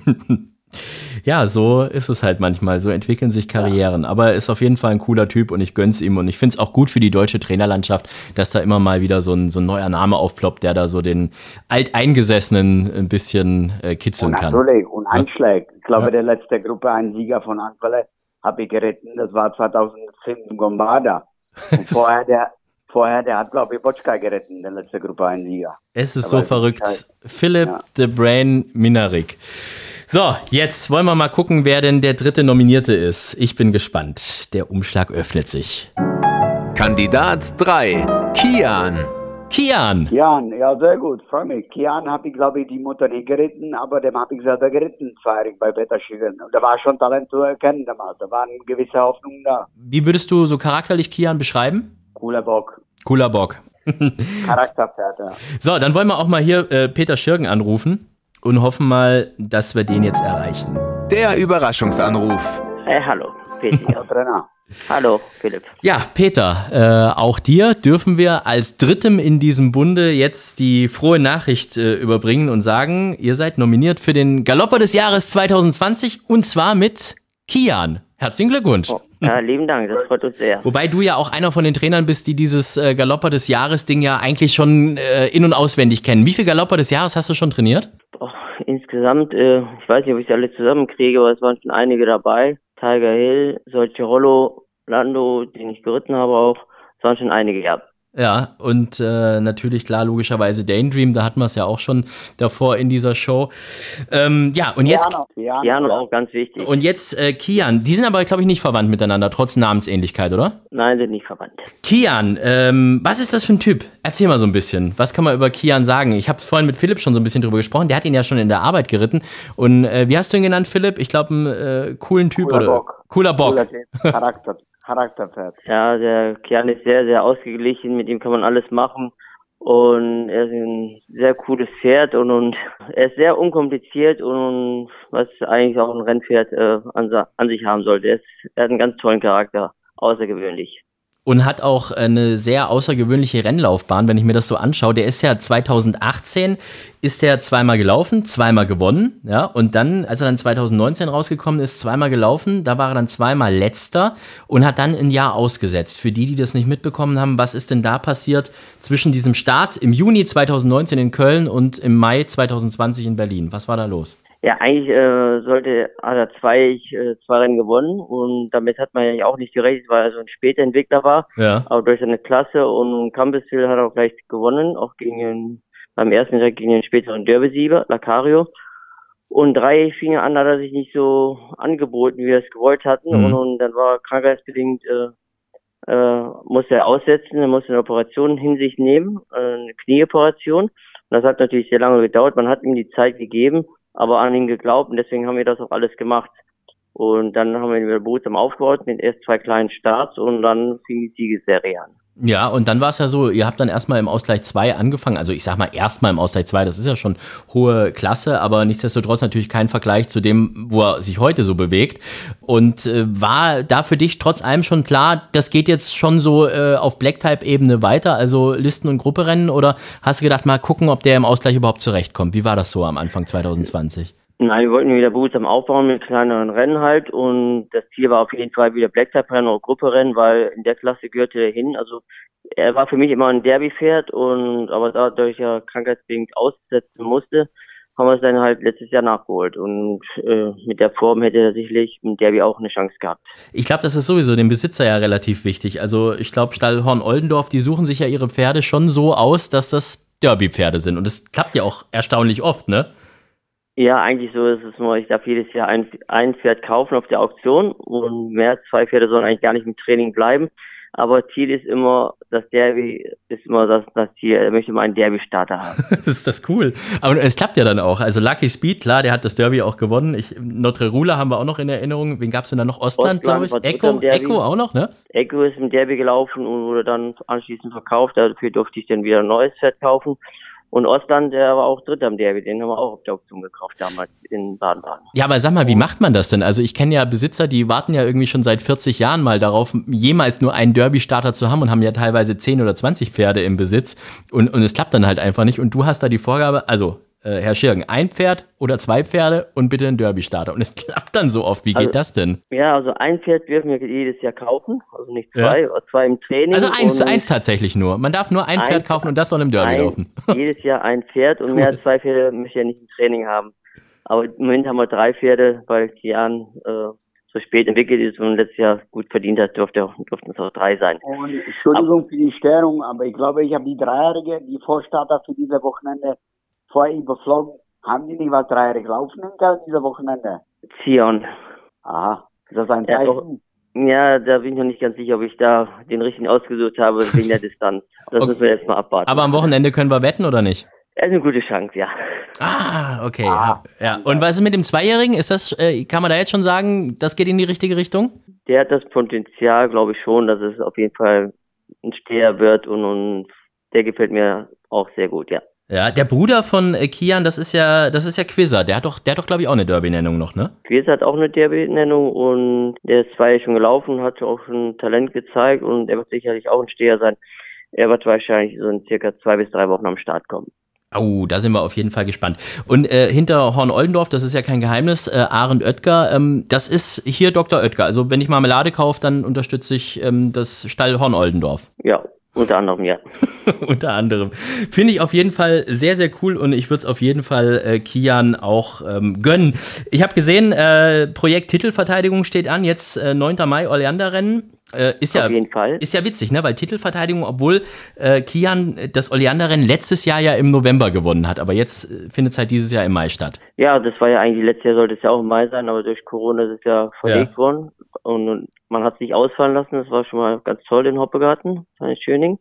Ja, so ist es halt manchmal. So entwickeln sich Karrieren. Aber er ist auf jeden Fall ein cooler Typ und ich gönn's ihm. Und ich find's auch gut für die deutsche Trainerlandschaft, dass da immer mal wieder so ein, so ein neuer Name aufploppt, der da so den Alteingesessenen ein bisschen äh, kitzeln Und kann. natürlich, und anschlägt. Ich glaube, Ja. der letzte Gruppe eins Sieger von Anqueller habe ich geritten, das war zweitausendfünf Gombarda. Und vorher der, vorher, der hat, glaube ich, Botschka geritten, der letzte Gruppe eins Sieger. Es ist Aber so verrückt. halt- Philipp Ja. the Brain Minarik. So, jetzt wollen wir mal gucken, wer denn der dritte Nominierte ist. Ich bin gespannt. Der Umschlag öffnet sich. Kandidat drei, Kian. Kian. Kian, ja, sehr gut, freue mich. Kian habe ich, glaube ich, die Mutter nicht geritten, aber dem habe ich selber geritten, zweijährig bei Peter Schüren. Und da war schon Talent zu erkennen damals, da war eine gewisse Hoffnung da. Wie würdest du so charakterlich Kian beschreiben? Cooler Bock, Cooler Bock. Charakterpferd, ja. So, dann wollen wir auch mal hier äh, Peter Schürgen anrufen und hoffen mal, dass wir den jetzt erreichen. Der Überraschungsanruf. Hey, hallo, Peter. Ja, Trainer. Hallo, Philipp. Ja, Peter, äh, auch dir dürfen wir als Drittem in diesem Bunde jetzt die frohe Nachricht äh, überbringen und sagen, ihr seid nominiert für den Galopper des Jahres zwanzig zwanzig und zwar mit Kian. Herzlichen Glückwunsch. Oh, ja, lieben Dank, das freut uns sehr. Wobei du ja auch einer von den Trainern bist, die dieses äh, Galopper des Jahres-Ding ja eigentlich schon äh, in- und auswendig kennen. Wie viele Galopper des Jahres hast du schon trainiert? Oh, insgesamt, äh, ich weiß nicht, ob ich sie alle zusammenkriege, aber es waren schon einige dabei. Tiger Hill, Solcherollo, Lando, den ich geritten habe auch. Es waren schon einige, ja. Ja, und äh, natürlich, klar, logischerweise Daydream, da hatten wir es ja auch schon davor in dieser Show. Ähm, ja, und jetzt... Piano, Piano, Piano auch ganz wichtig. Und jetzt äh, Kian, die sind aber, glaube ich, nicht verwandt miteinander, trotz Namensähnlichkeit, oder? Nein, sind nicht verwandt. Kian, ähm, was ist das für ein Typ? Erzähl mal so ein bisschen. Was kann man über Kian sagen? Ich habe vorhin mit Philipp schon so ein bisschen drüber gesprochen. Der hat ihn ja schon in der Arbeit geritten. Und äh, wie hast du ihn genannt, Philipp? Ich glaube, einen äh, coolen Typ. Cooler oder Bock. Cooler Bock. Cooler Charakter, Charakterpferd. Ja, der Kian ist sehr, sehr ausgeglichen, mit ihm kann man alles machen. Und er ist ein sehr cooles Pferd und, und er ist sehr unkompliziert und was eigentlich auch ein Rennpferd äh, an, an sich haben sollte. Er, ist, er hat einen ganz tollen Charakter, außergewöhnlich. Und hat auch eine sehr außergewöhnliche Rennlaufbahn, wenn ich mir das so anschaue. Der ist ja zweitausendachtzehn, ist er zweimal gelaufen, zweimal gewonnen. Ja, und dann, als er dann zweitausendneunzehn rausgekommen ist, zweimal gelaufen. Da war er dann zweimal Letzter und hat dann ein Jahr ausgesetzt. Für die, die das nicht mitbekommen haben, was ist denn da passiert zwischen diesem Start im Juni zweitausendneunzehn in Köln und im Mai zweitausendzwanzig in Berlin? Was war da los? Ja, eigentlich äh, sollte hat er zwei, äh, zwei Rennen gewonnen und damit hat man ja auch nicht gerechnet, weil er so ein später Entwickler war. Ja. Aber durch seine Klasse und Campbellsville hat er auch gleich gewonnen, auch gegen den, beim ersten Tag gegen den späteren Derby-Sieger, Lacario. Und drei fing an, hat er sich nicht so angeboten, wie wir es gewollt hatten. Mhm. Und, und dann war krankheitsbedingt, äh, äh, musste er aussetzen, er musste eine Operation in sich nehmen, äh, eine Knieoperation. Und das hat natürlich sehr lange gedauert. Man hat ihm die Zeit gegeben, aber an ihn geglaubt und deswegen haben wir das auch alles gemacht. Und dann haben wir ihn wieder behutsam aufgebaut mit erst zwei kleinen Starts und dann fing die Siegesserie an. Ja, und dann war es ja so, ihr habt dann erstmal im Ausgleich zwei angefangen, also ich sag mal erstmal im Ausgleich zwei, das ist ja schon hohe Klasse, aber nichtsdestotrotz natürlich kein Vergleich zu dem, wo er sich heute so bewegt. Und äh, war da für dich trotz allem schon klar, das geht jetzt schon so äh, auf Black-Type-Ebene weiter, also Listen- und Grupperennen, oder hast du gedacht, mal gucken, ob der im Ausgleich überhaupt zurechtkommt? Wie war das so am Anfang zwanzig zwanzig? Nein, wir wollten ihn wieder behutsam aufbauen mit kleineren Rennen halt und das Ziel war auf jeden Fall wieder Black-Type-Rennen oder Grupperennen, weil in der Klasse gehörte er hin. Also er war für mich immer ein Derby-Pferd und aber dadurch er krankheitsbedingt aussetzen musste, haben wir es dann halt letztes Jahr nachgeholt und äh, mit der Form hätte er sicherlich im Derby auch eine Chance gehabt. Ich glaube, das ist sowieso dem Besitzer ja relativ wichtig. Also ich glaube, Stall Horn-Oldendorf, die suchen sich ja ihre Pferde schon so aus, dass das Derby-Pferde sind und das klappt ja auch erstaunlich oft, ne? Ja, eigentlich so ist es nur, ich darf jedes Jahr ein, ein Pferd kaufen auf der Auktion und mehr als zwei Pferde sollen eigentlich gar nicht im Training bleiben. Aber Ziel ist immer, das Derby ist immer das, das Ziel, er möchte immer einen Derby-Starter haben. Das ist das cool. Aber es klappt ja dann auch. Also Lucky Speed, klar, der hat das Derby auch gewonnen. Ich, Notre Rula haben wir auch noch in Erinnerung. Wen gab es denn da noch? Ostland, glaube ich. Echo, Echo auch noch, ne? Echo ist im Derby gelaufen und wurde dann anschließend verkauft. Dafür durfte ich dann wieder ein neues Pferd kaufen. Und Ostland, der war auch Dritter am Derby, den haben wir auch auf der Auktion gekauft damals in Baden-Baden. Ja, aber sag mal, wie macht man das denn? Also ich kenne ja Besitzer, die warten ja irgendwie schon seit vierzig Jahren mal darauf, jemals nur einen Derby-Starter zu haben und haben ja teilweise zehn oder zwanzig Pferde im Besitz und, und es klappt dann halt einfach nicht. Und du hast da die Vorgabe, also äh, Herr Schirgen, ein Pferd oder zwei Pferde und bitte einen Derby-Starter. Und es klappt dann so oft. Wie geht also, das denn? Ja, also ein Pferd dürfen wir jedes Jahr kaufen, also nicht zwei, ja. Zwei im Training. Also eins, eins tatsächlich nur. Man darf nur ein, ein Pferd kaufen und das soll im Derby ein, laufen. Jedes Jahr ein Pferd und cool. Mehr als zwei Pferde möchte ich ja nicht im Training haben. Aber im Moment haben wir drei Pferde, weil Kian äh, so spät entwickelt ist und letztes Jahr gut verdient hat, dürfte, durften es auch drei sein. Und Entschuldigung aber, für die Störung, aber ich glaube, ich habe die Dreijährige, die Vorstarter für dieses Wochenende vorher überflogen. Haben die nicht was Dreijährige laufen in Köln dieses Wochenende? Zion. Aha, ist das ein Zeichen? Ja, da bin ich noch nicht ganz sicher, ob ich da den richtigen ausgesucht habe wegen der Distanz. Das okay. müssen wir jetzt mal abwarten. Aber am Wochenende können wir wetten, oder nicht? Das ist eine gute Chance, ja. Ah, okay. Ah, ja. Und was ist mit dem Zweijährigen? Ist das, äh, kann man da jetzt schon sagen, das geht in die richtige Richtung? Der hat das Potenzial, glaube ich schon, dass es auf jeden Fall ein Steher wird und, und der gefällt mir auch sehr gut, ja. Ja, der Bruder von äh, Kian, das ist ja, das ist ja Quizzer. Der hat doch, der hat doch, glaube ich, auch eine Derby-Nennung noch, ne? Quizzer hat auch eine Derby-Nennung und der ist zwei Jahre schon gelaufen, hat auch schon Talent gezeigt und er wird sicherlich auch ein Steher sein. Er wird wahrscheinlich so in circa zwei bis drei Wochen am Start kommen. Oh, da sind wir auf jeden Fall gespannt. Und äh, hinter Horn-Oldendorf, das ist ja kein Geheimnis, äh, Arend Oetker, ähm, das ist hier Doktor Oetker. Also wenn ich Marmelade kaufe, dann unterstütze ich ähm, das Stall Horn-Oldendorf. Ja. Unter anderem, ja. Unter anderem. Finde ich auf jeden Fall sehr, sehr cool und ich würde es auf jeden Fall äh, Kian auch ähm, gönnen. Ich habe gesehen, äh, Projekt Titelverteidigung steht an, jetzt äh, neunter Mai Oleander-Rennen. Äh, ist ja, Auf jeden Fall. Ist ja witzig, ne? Weil Titelverteidigung, obwohl äh, Kian das Oleander-Rennen letztes Jahr ja im November gewonnen hat, aber jetzt äh, findet es halt dieses Jahr im Mai statt. Ja, das war ja eigentlich, letztes Jahr sollte es ja auch im Mai sein, aber durch Corona ist es ja verlegt Ja. worden und, und man hat sich ausfallen lassen. Das war schon mal ganz toll in Hoppegarten, in Schöning.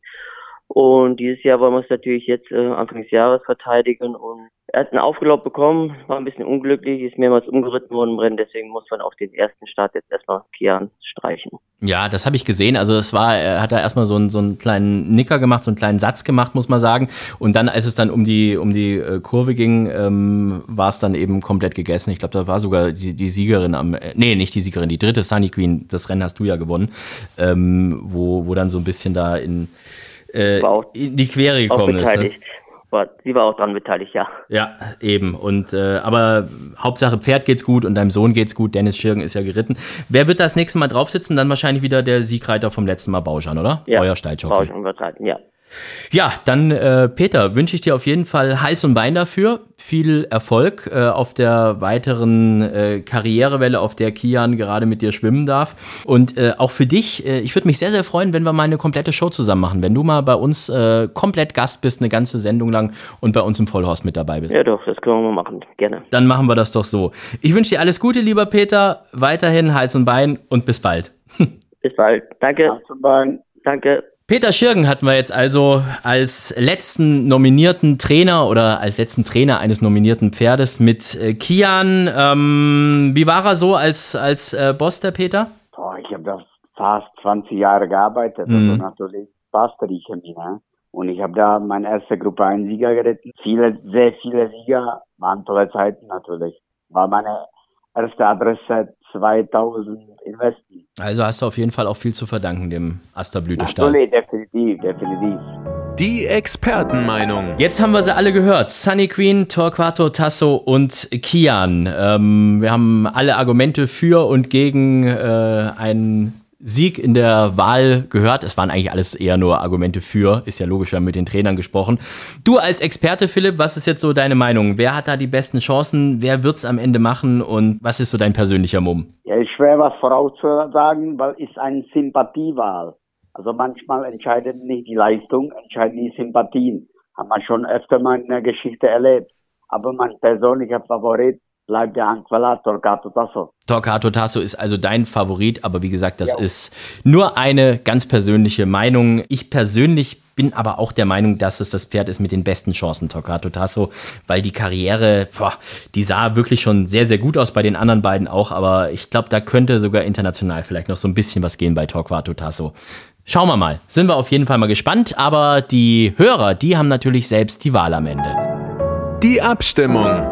Und dieses Jahr wollen wir es natürlich jetzt äh, Anfang des Jahres verteidigen und er hat einen Aufgelauf bekommen, war ein bisschen unglücklich, ist mehrmals umgeritten worden im Rennen, deswegen muss man auf den ersten Start jetzt erstmal Kian streichen. Ja, das habe ich gesehen. Also es war, er hat da erstmal so einen, so einen kleinen Nicker gemacht, so einen kleinen Satz gemacht, muss man sagen. Und dann, als es dann um die, um die äh, Kurve ging, ähm, war es dann eben komplett gegessen. Ich glaube, da war sogar die, die Siegerin am, äh, nee, nicht die Siegerin, die dritte Sunny Queen, das Rennen hast du ja gewonnen, ähm, wo, wo dann so ein bisschen da in, äh, in die Quere gekommen ist. Ne? War, sie war auch dran beteiligt, ja. Ja, eben. Und äh, aber Hauptsache Pferd geht's gut und deinem Sohn geht's gut. Dennis Schirgen ist ja geritten. Wer wird das nächste Mal drauf sitzen? Dann wahrscheinlich wieder der Siegreiter vom letzten Mal, Bauschan, oder? Ja, euer Stalljockey. Bauschan wird reiten, ja. Ja, dann äh, Peter, wünsche ich dir auf jeden Fall Hals und Bein dafür. Viel Erfolg äh, auf der weiteren äh, Karrierewelle, auf der Kian gerade mit dir schwimmen darf. Und äh, auch für dich, äh, ich würde mich sehr, sehr freuen, wenn wir mal eine komplette Show zusammen machen. Wenn du mal bei uns äh, komplett Gast bist, eine ganze Sendung lang und bei uns im Vollhorst mit dabei bist. Ja doch, das können wir mal machen, gerne. Dann machen wir das doch so. Ich wünsche dir alles Gute, lieber Peter. Weiterhin Hals und Bein und bis bald. Bis bald. Danke. Hals und Bein. Danke. Peter Schirgen hatten wir jetzt also als letzten nominierten Trainer oder als letzten Trainer eines nominierten Pferdes mit äh, Kian. Ähm, wie war er so als, als äh, Boss, der Peter? Boah, ich habe da fast zwanzig Jahre gearbeitet, Mhm. also natürlich passt die Chemie, ne? Und ich habe da meine erste Gruppe eins Sieger geritten. Viele, sehr viele Sieger, waren tolle Zeiten natürlich. War meine erste Adresse zweitausend im Westen. Also hast du auf jeden Fall auch viel zu verdanken, dem Asterblütestall. Natürlich, definitiv, definitiv. Die Expertenmeinung. Jetzt haben wir sie alle gehört. Sunny Queen, Torquato Tasso und Kian. Ähm, wir haben alle Argumente für und gegen äh, einen Sieg in der Wahl gehört. Es waren eigentlich alles eher nur Argumente für. Ist ja logisch, wir haben mit den Trainern gesprochen. Du als Experte, Philipp, was ist jetzt so deine Meinung? Wer hat da die besten Chancen? Wer wird's am Ende machen? Und was ist so dein persönlicher Mumm? Ja, ist schwer was vorauszusagen, weil es eine Sympathiewahl. Also manchmal entscheidet nicht die Leistung, entscheiden die Sympathien. Haben wir schon öfter mal in der Geschichte erlebt. Aber mein persönlicher Favorit bleibt der Anquela Torquato Tasso. Torquato Tasso ist also dein Favorit, aber wie gesagt, das Ja. ist nur eine ganz persönliche Meinung. Ich persönlich bin aber auch der Meinung, dass es das Pferd ist mit den besten Chancen, Torquato Tasso, weil die Karriere, boah, die sah wirklich schon sehr, sehr gut aus, bei den anderen beiden auch, aber ich glaube, da könnte sogar international vielleicht noch so ein bisschen was gehen bei Torquato Tasso. Schauen wir mal, sind wir auf jeden Fall mal gespannt, aber die Hörer, die haben natürlich selbst die Wahl am Ende. Die Abstimmung.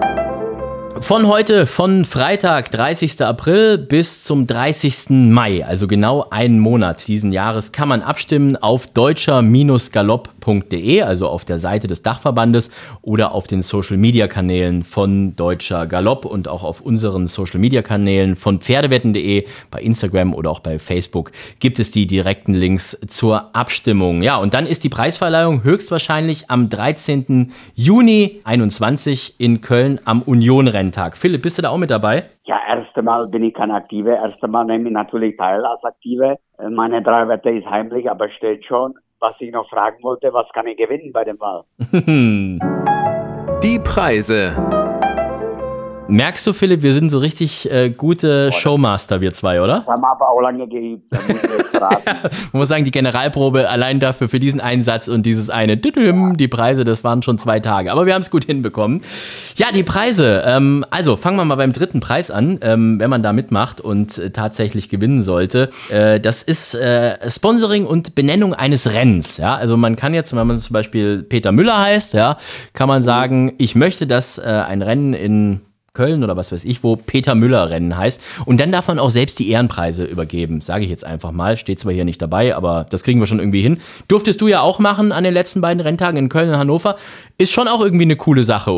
Von heute, von Freitag, dreißigsten April bis zum dreißigsten Mai, also genau einen Monat diesen Jahres, kann man abstimmen auf deutscher Galopp punkt de, also auf der Seite des Dachverbandes oder auf den Social-Media-Kanälen von Deutscher Galopp und auch auf unseren Social-Media-Kanälen von pferdewetten punkt de, bei Instagram oder auch bei Facebook gibt es die direkten Links zur Abstimmung. Ja, und dann ist die Preisverleihung höchstwahrscheinlich am dreizehnten Juni einundzwanzig in Köln am Union-Renntag. Philipp, bist du da auch mit dabei? Ja, erste Mal bin ich kein Aktive. Erste Mal nehme ich natürlich teil als Aktive. Meine drei Wette ist heimlich, aber steht schon. Was ich noch fragen wollte, was kann ich gewinnen bei dem Wahl? Die Preise. Merkst du, Philipp, wir sind so richtig äh, gute Showmaster, wir zwei, oder? Das haben wir aber auch lange geübt. Da muss ich jetzt verraten. Man muss sagen, die Generalprobe allein dafür, für diesen Einsatz und dieses eine, die Preise, das waren schon zwei Tage. Aber wir haben es gut hinbekommen. Ja, die Preise. Ähm, also, fangen wir mal beim dritten Preis an, ähm, wenn man da mitmacht und äh, tatsächlich gewinnen sollte. Äh, das ist äh, Sponsoring und Benennung eines Rennens. Ja? Also man kann jetzt, wenn man zum Beispiel Peter Müller heißt, ja, kann man sagen, ich möchte, dass äh, ein Rennen in Köln oder was weiß ich, wo Peter Müller Rennen heißt. Und dann darf man auch selbst die Ehrenpreise übergeben, sage ich jetzt einfach mal. Steht zwar hier nicht dabei, aber das kriegen wir schon irgendwie hin. Durftest du ja auch machen an den letzten beiden Renntagen in Köln und Hannover. Ist schon auch irgendwie eine coole Sache, oder?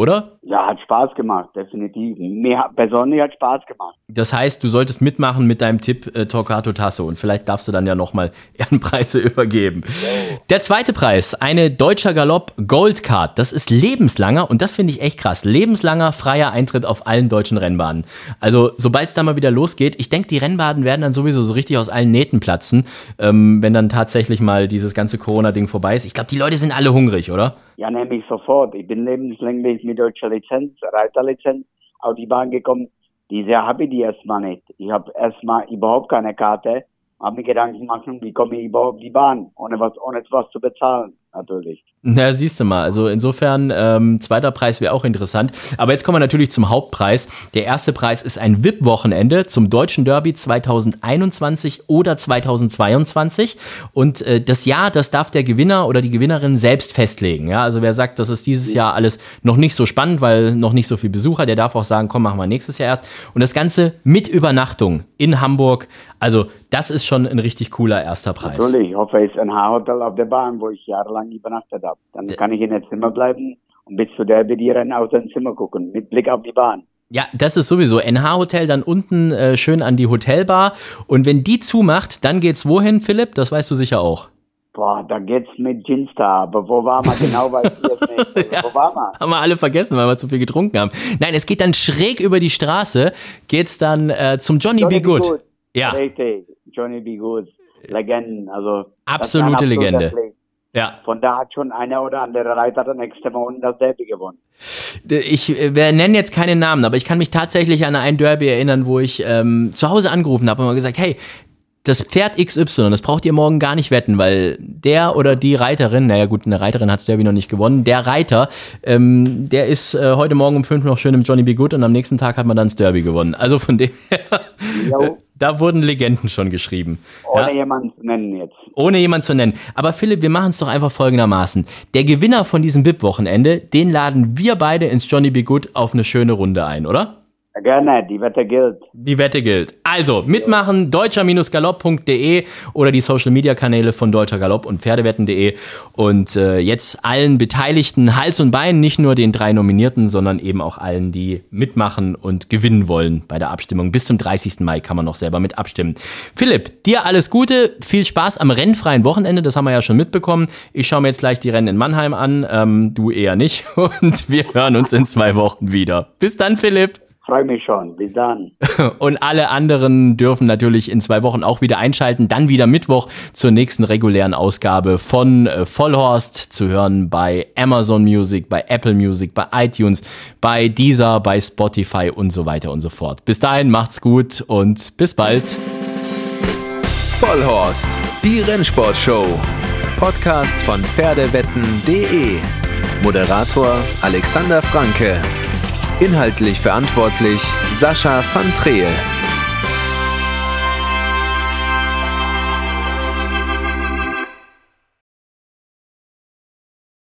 Ja, hat Spaß gemacht, definitiv. Mir hat, persönlich hat Spaß gemacht. Das heißt, du solltest mitmachen mit deinem Tipp äh, Torquato Tasso und vielleicht darfst du dann ja nochmal Ehrenpreise übergeben. Oh. Der zweite Preis, eine Deutscher Galopp Gold Card. Das ist lebenslanger und das finde ich echt krass. Lebenslanger freier Eintritt auf allen deutschen Rennbahnen. Also sobald es da mal wieder losgeht, ich denke, die Rennbahnen werden dann sowieso so richtig aus allen Nähten platzen, ähm, wenn dann tatsächlich mal dieses ganze Corona-Ding vorbei ist. Ich glaube, die Leute sind alle hungrig, oder? Ja, nehme ich sofort. Ich bin lebenslänglich mit deutscher Lizenz, Reiterlizenz auf die Bahn gekommen. Diese habe ich die erstmal nicht. Ich habe erstmal überhaupt keine Karte. Habe mir Gedanken machen, wie komme ich überhaupt auf die Bahn, ohne was, ohne etwas zu bezahlen, natürlich. Na, siehst du mal, also insofern, ähm, zweiter Preis wäre auch interessant. Aber jetzt kommen wir natürlich zum Hauptpreis. Der erste Preis ist ein V I P-Wochenende zum Deutschen Derby zwanzig einundzwanzig oder zwanzig zweiundzwanzig. Und äh, das Jahr, das darf der Gewinner oder die Gewinnerin selbst festlegen. Ja, also wer sagt, das ist dieses Jahr alles noch nicht so spannend, weil noch nicht so viel Besucher, der darf auch sagen, komm, machen wir nächstes Jahr erst. Und das Ganze mit Übernachtung in Hamburg. Also das ist schon ein richtig cooler erster Preis. Natürlich, ich hoffe, es ist ein H-Hotel auf der Bahn, wo ich jahrelang übernachtet habe. Dann kann ich in der Zimmer bleiben und bis zu Derby die Rennen aus dem Zimmer gucken, mit Blick auf die Bahn. Ja, das ist sowieso. N H-Hotel dann unten äh, schön an die Hotelbar. Und wenn die zumacht, dann geht's wohin, Philipp? Das weißt du sicher auch. Boah, da geht's mit Ginstar. Aber wo war man genau, weiß ich jetzt nicht. Ja, wo war man? Haben wir alle vergessen, weil wir zu viel getrunken haben. Nein, es geht dann schräg über die Straße, geht's dann äh, zum Johnny, Johnny B. Good. Ja. Richtig, Johnny B. Good. Legenden, also. Absolute Legende. Ja. Von da hat schon einer oder andere Reiter der nächste Mal das Derby gewonnen. Ich wir nennen jetzt keine Namen, aber ich kann mich tatsächlich an ein Derby erinnern, wo ich ähm, zu Hause angerufen habe und mal gesagt, hey, das Pferd X Y, das braucht ihr morgen gar nicht wetten, weil der oder die Reiterin, naja gut, eine Reiterin hat das Derby noch nicht gewonnen, der Reiter, ähm, der ist äh, heute Morgen um fünf noch schön im Johnny B. Good und am nächsten Tag hat man dann das Derby gewonnen. Also von dem her, äh, da wurden Legenden schon geschrieben. Ohne ja? jemanden zu nennen jetzt. Ohne jemanden zu nennen. Aber Philipp, wir machen es doch einfach folgendermaßen. Der Gewinner von diesem V I P-Wochenende, den laden wir beide ins Johnny B. Good auf eine schöne Runde ein, oder? Gerne, die Wette gilt. Die Wette gilt. Also, mitmachen, deutscher Galopp punkt de oder die Social-Media-Kanäle von Deutscher Galopp und Pferdewetten punkt de. Und äh, jetzt allen Beteiligten Hals und Bein, nicht nur den drei Nominierten, sondern eben auch allen, die mitmachen und gewinnen wollen bei der Abstimmung. Bis zum dreißigsten Mai kann man noch selber mit abstimmen. Philipp, dir alles Gute, viel Spaß am rennfreien Wochenende, das haben wir ja schon mitbekommen. Ich schaue mir jetzt gleich die Rennen in Mannheim an, ähm, du eher nicht. Und wir hören uns in zwei Wochen wieder. Bis dann, Philipp. Freue mich schon. Bis dann. Und alle anderen dürfen natürlich in zwei Wochen auch wieder einschalten. Dann wieder Mittwoch zur nächsten regulären Ausgabe von äh, Vollhorst. Zu hören bei Amazon Music, bei Apple Music, bei iTunes, bei Deezer, bei Spotify und so weiter und so fort. Bis dahin, macht's gut und bis bald. Vollhorst, die Rennsportshow. Podcast von Pferdewetten punkt de. Moderator Alexander Franke. Inhaltlich verantwortlich Sascha van Treel.